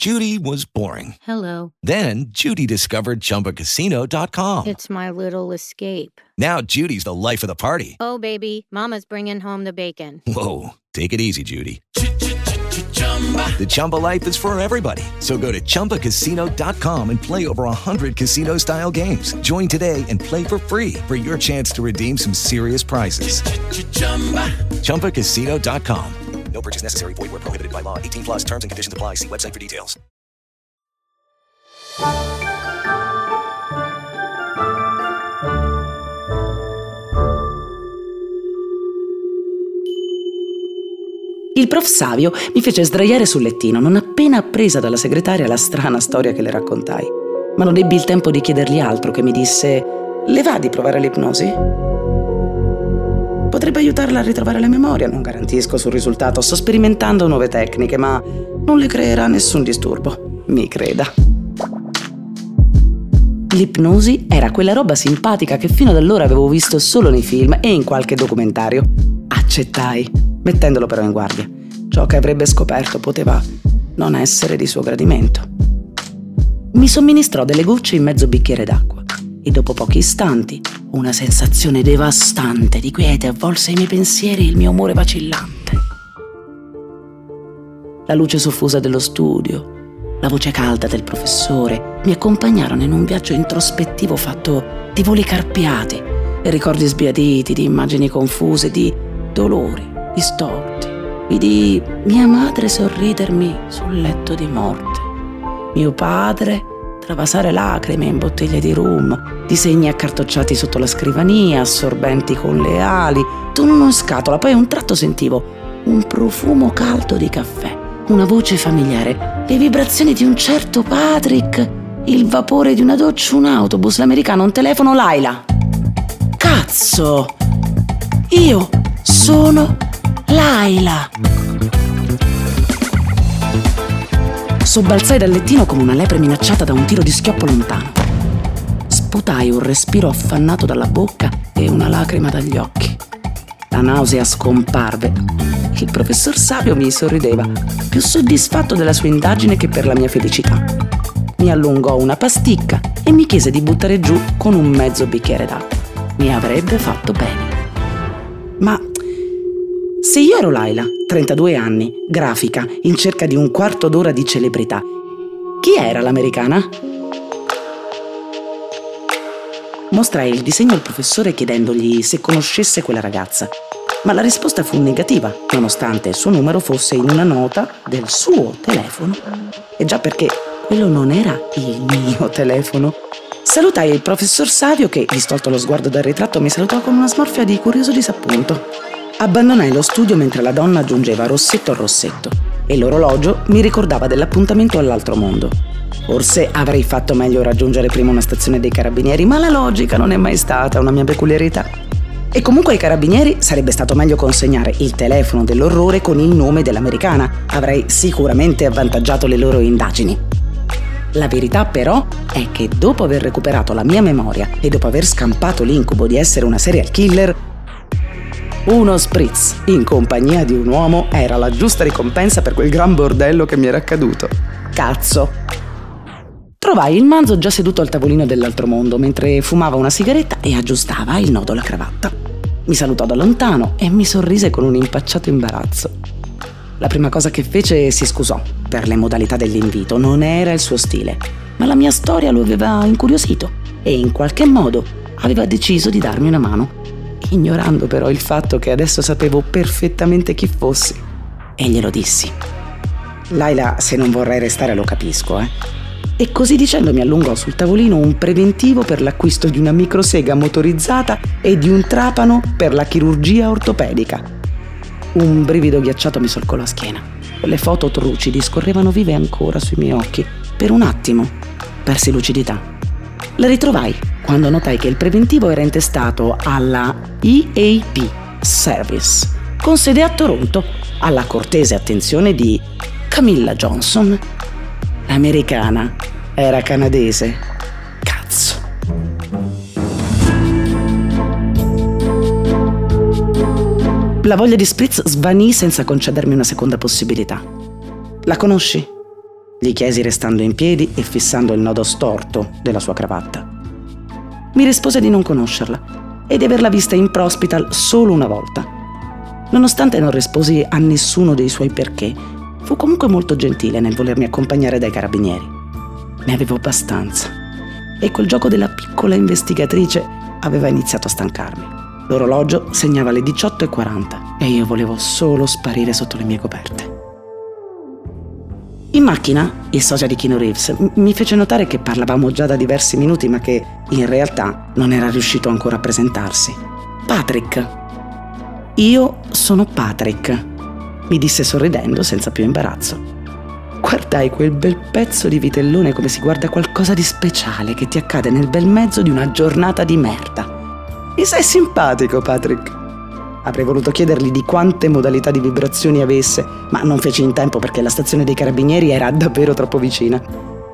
Judy was boring. Hello. Then Judy discovered ChumbaCasino.com. It's my little escape. Now Judy's the life of the party. Oh, baby, mama's bringing home the bacon. Whoa, take it easy, Judy. The Chumba life is for everybody. So go to ChumbaCasino.com and play over 100 casino-style games. Join today and play for free for your chance to redeem some serious prizes. ChumbaCasino.com. No purchase necessary. Void where prohibited by law. 18 plus terms and conditions apply. See website for details. Il prof Savio mi fece sdraiare sul lettino non appena appresa dalla segretaria la strana storia che le raccontai. Ma non ebbi il tempo di chiedergli altro che mi disse: «Le va di provare l'ipnosi? Potrebbe aiutarla a ritrovare la memoria, non garantisco sul risultato, sto sperimentando nuove tecniche, ma non le creerà nessun disturbo, mi creda». L'ipnosi era quella roba simpatica che fino ad allora avevo visto solo nei film e in qualche documentario. Accettai, mettendolo però in guardia. Ciò che avrebbe scoperto poteva non essere di suo gradimento. Mi somministrò delle gocce in mezzo bicchiere d'acqua e dopo pochi istanti una sensazione devastante di quiete avvolse i miei pensieri e il mio umore vacillante. La luce soffusa dello studio, la voce calda del professore mi accompagnarono in un viaggio introspettivo fatto di voli carpiati e ricordi sbiaditi, di immagini confuse, di dolori distorti. Vidi mia madre sorridermi sul letto di morte, mio padre travasare lacrime in bottiglie di rum, disegni accartocciati sotto la scrivania, assorbenti con le ali, tonno in scatola. Poi a un tratto sentivo un profumo caldo di caffè, una voce familiare, le vibrazioni di un certo Patrick, il vapore di una doccia, un autobus, l'americano, un telefono, Laila. Cazzo! Io sono Laila! Sobbalzai dal lettino come una lepre minacciata da un tiro di schioppo lontano. Sputai un respiro affannato dalla bocca e una lacrima dagli occhi. La nausea scomparve. Il professor Savio mi sorrideva, più soddisfatto della sua indagine che per la mia felicità. Mi allungò una pasticca e mi chiese di buttare giù con un mezzo bicchiere d'acqua. Mi avrebbe fatto bene. Ma se io ero Laila, 32 anni, grafica, in cerca di un quarto d'ora di celebrità, chi era l'americana? Mostrai il disegno al professore chiedendogli se conoscesse quella ragazza, ma la risposta fu negativa, nonostante il suo numero fosse in una nota del suo telefono. E già perché quello non era il mio telefono. Salutai il professor Savio che, distolto lo sguardo dal ritratto, mi salutò con una smorfia di curioso disappunto. Abbandonai lo studio mentre la donna aggiungeva rossetto al rossetto e l'orologio mi ricordava dell'appuntamento all'altro mondo. Forse avrei fatto meglio raggiungere prima una stazione dei carabinieri, ma la logica non è mai stata una mia peculiarità. E comunque ai carabinieri sarebbe stato meglio consegnare il telefono dell'orrore con il nome dell'americana. Avrei sicuramente avvantaggiato le loro indagini. La verità però è che dopo aver recuperato la mia memoria e dopo aver scampato l'incubo di essere una serial killer, uno spritz in compagnia di un uomo era la giusta ricompensa per quel gran bordello che mi era accaduto. Cazzo! Trovai il manzo già seduto al tavolino dell'altro mondo mentre fumava una sigaretta e aggiustava il nodo alla cravatta. Mi salutò da lontano e mi sorrise con un impacciato imbarazzo. La prima cosa che fece si scusò per le modalità dell'invito, non era il suo stile, ma la mia storia lo aveva incuriosito e in qualche modo aveva deciso di darmi una mano, ignorando però il fatto che adesso sapevo perfettamente chi fossi. E glielo dissi. Laila, se non vorrei restare lo capisco, E così dicendo mi allungò sul tavolino un preventivo per l'acquisto di una microsega motorizzata e di un trapano per la chirurgia ortopedica. Un brivido ghiacciato mi solcò la schiena. Le foto trucidi scorrevano vive ancora sui miei occhi. Per un attimo persi lucidità. La ritrovai quando notai che il preventivo era intestato alla EAP Service, con sede a Toronto, alla cortese attenzione di Camilla Johnson. L'americana era canadese. Cazzo. La voglia di spritz svanì senza concedermi una seconda possibilità. La conosci? Gli chiesi restando in piedi e fissando il nodo storto della sua cravatta. Mi rispose di non conoscerla e di averla vista in Prospital solo una volta. Nonostante non risposi a nessuno dei suoi perché, fu comunque molto gentile nel volermi accompagnare dai carabinieri. Ne avevo abbastanza e quel gioco della piccola investigatrice aveva iniziato a stancarmi. L'orologio segnava le 18:40 e io volevo solo sparire sotto le mie coperte. In macchina, il sosia di Keanu Reeves mi fece notare che parlavamo già da diversi minuti, ma che in realtà non era riuscito ancora a presentarsi. Patrick. Io sono Patrick, mi disse sorridendo senza più imbarazzo. Guardai quel bel pezzo di vitellone come si guarda qualcosa di speciale che ti accade nel bel mezzo di una giornata di merda. Mi sei simpatico, Patrick. Avrei voluto chiedergli di quante modalità di vibrazioni avesse, ma non feci in tempo perché la stazione dei carabinieri era davvero troppo vicina.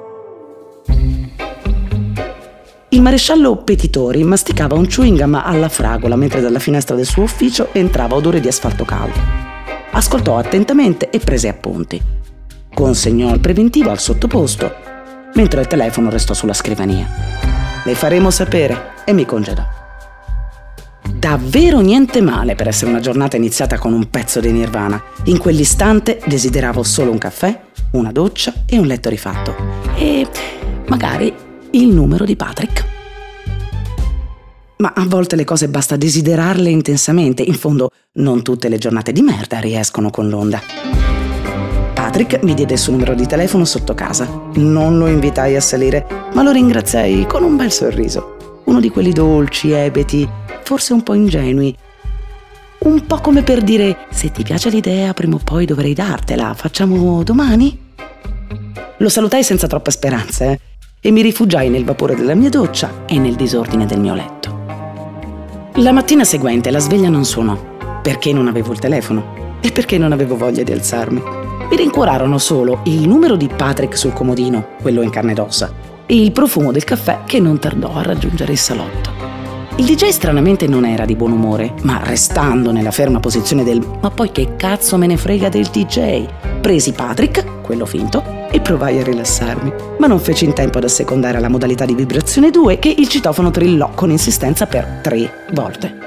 Il maresciallo Petitori masticava un chewing gum alla fragola mentre dalla finestra del suo ufficio entrava odore di asfalto caldo. Ascoltò attentamente e prese appunti. Consegnò il preventivo al sottoposto, mentre il telefono restò sulla scrivania. Le faremo sapere e mi congedò. Davvero niente male per essere una giornata iniziata con un pezzo di Nirvana. In quell'istante desideravo solo un caffè, una doccia e un letto rifatto. E magari il numero di Patrick. Ma a volte le cose basta desiderarle intensamente. In fondo, non tutte le giornate di merda riescono con l'onda. Patrick mi diede il suo numero di telefono sotto casa. Non lo invitai a salire, ma lo ringraziai con un bel sorriso. Uno di quelli dolci, ebeti, forse un po' ingenui. Un po' come per dire: se ti piace l'idea, prima o poi dovrei dartela. Facciamo domani? Lo salutai senza troppe speranze, e mi rifugiai nel vapore della mia doccia e nel disordine del mio letto. La mattina seguente la sveglia non suonò, perché non avevo il telefono e perché non avevo voglia di alzarmi. Mi rincuorarono solo il numero di Patrick sul comodino, quello in carne ed ossa, e il profumo del caffè che non tardò a raggiungere il salotto. Il DJ stranamente non era di buon umore, ma restando nella ferma posizione del «ma poi che cazzo me ne frega del DJ», presi Patrick, quello finto, e provai a rilassarmi, ma non feci in tempo ad assecondare la modalità di vibrazione 2 che il citofono trillò con insistenza per 3 volte.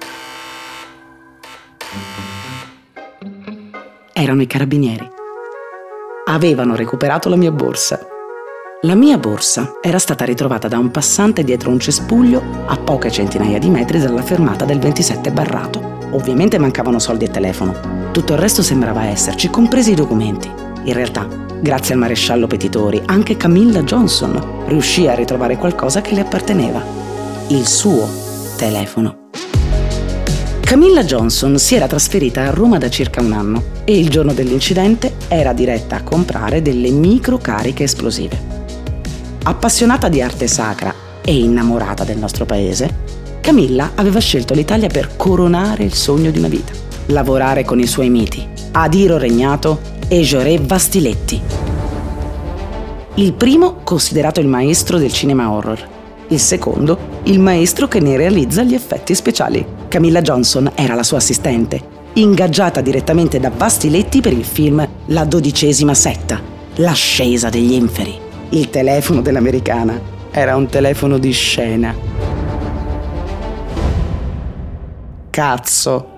Erano i carabinieri. Avevano recuperato la mia borsa. La mia borsa era stata ritrovata da un passante dietro un cespuglio a poche centinaia di metri dalla fermata del 27 Barrato. Ovviamente mancavano soldi e telefono. Tutto il resto sembrava esserci, compresi i documenti. In realtà, grazie al maresciallo Petitori, anche Camilla Johnson riuscì a ritrovare qualcosa che le apparteneva: il suo telefono. Camilla Johnson si era trasferita a Roma da circa un anno e il giorno dell'incidente era diretta a comprare delle microcariche esplosive. Appassionata di arte sacra e innamorata del nostro paese, Camilla aveva scelto l'Italia per coronare il sogno di una vita: lavorare con i suoi miti, Adiro Regnato e Joré Bastiletti. Il primo considerato il maestro del cinema horror, il secondo il maestro che ne realizza gli effetti speciali. Camilla Johnson era la sua assistente, ingaggiata direttamente da Bastiletti per il film La 12ª setta, l'ascesa degli inferi. Il telefono dell'americana era un telefono di scena. Cazzo!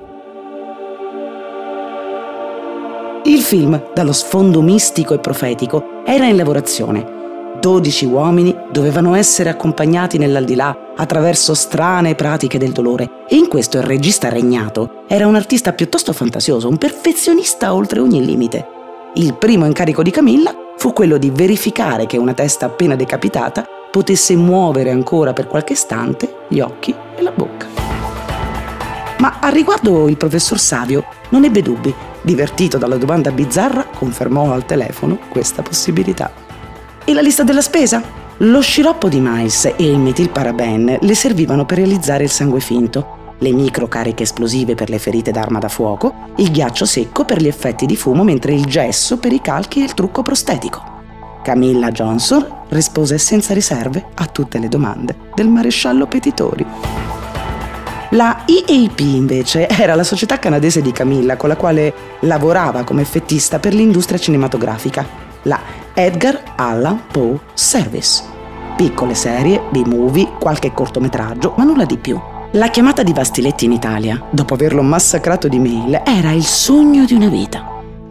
Il film, dallo sfondo mistico e profetico, era in lavorazione. 12 uomini dovevano essere accompagnati nell'aldilà attraverso strane pratiche del dolore, e in questo il regista Regnato era un artista piuttosto fantasioso, un perfezionista oltre ogni limite. Il primo incarico di Camilla fu quello di verificare che una testa appena decapitata potesse muovere ancora per qualche istante gli occhi e la bocca. Ma a riguardo il professor Savio non ebbe dubbi. Divertito dalla domanda bizzarra, confermò al telefono questa possibilità. E la lista della spesa? Lo sciroppo di mais e il metilparaben le servivano per realizzare il sangue finto, le microcariche esplosive per le ferite d'arma da fuoco, il ghiaccio secco per gli effetti di fumo, mentre il gesso per i calchi e il trucco prostetico. Camilla Johnson rispose senza riserve a tutte le domande del maresciallo Petitori. La EAP invece era la società canadese di Camilla, con la quale lavorava come effettista per l'industria cinematografica. la Edgar Allan Poe Service. Piccole serie, B-movie, qualche cortometraggio, ma nulla di più. La chiamata di Bastiletti in Italia, dopo averlo massacrato di mail, era il sogno di una vita.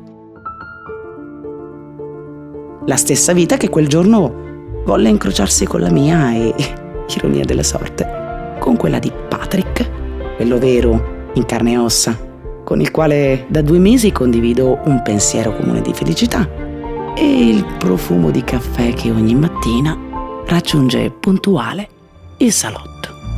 La stessa vita che quel giorno volle incrociarsi con la mia e, ironia della sorte, con quella di Patrick, quello vero, in carne e ossa, con il quale da 2 mesi condivido un pensiero comune di felicità e il profumo di caffè che ogni mattina raggiunge puntuale il salotto.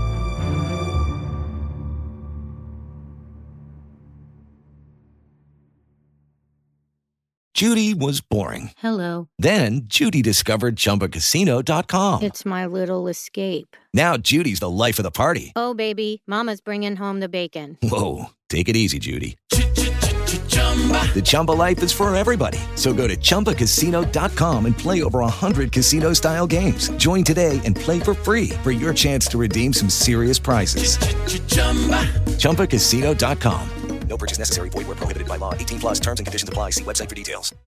Judy was boring. Hello. Then Judy discovered ChumbaCasino.com. It's my little escape. Now Judy's the life of the party. Oh, baby, mama's bringing home the bacon. Whoa, take it easy, Judy. The Chumba life is for everybody. So go to ChumbaCasino.com and play over 100 casino-style games. Join today and play for free for your chance to redeem some serious prizes. ChumbaCasino.com. No purchase necessary. Void where prohibited by law. 18+ terms and conditions apply. See website for details.